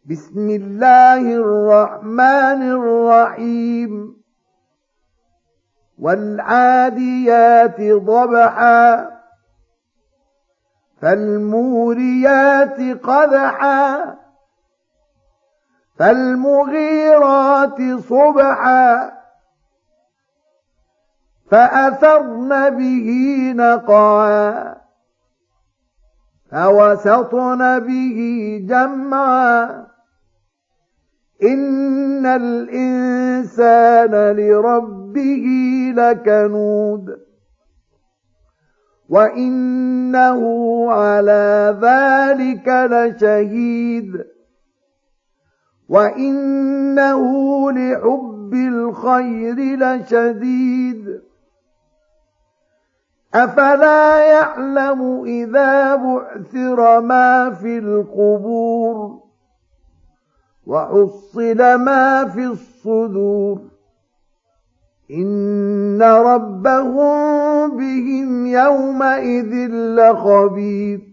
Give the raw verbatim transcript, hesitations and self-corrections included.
بسم الله الرحمن الرحيم والعاديات ضبحا فالموريات قدحا فالمغيرات صبحا فأثرن به نقعا فوسطن به جمعا إن الإنسان لربه لكنود وإنه على ذلك لشهيد وإنه لحب الخير لشديد أفلا يعلم إذا بعثر ما في القبور وحصل ما في الصدور إن ربهم بهم يومئذ لخبير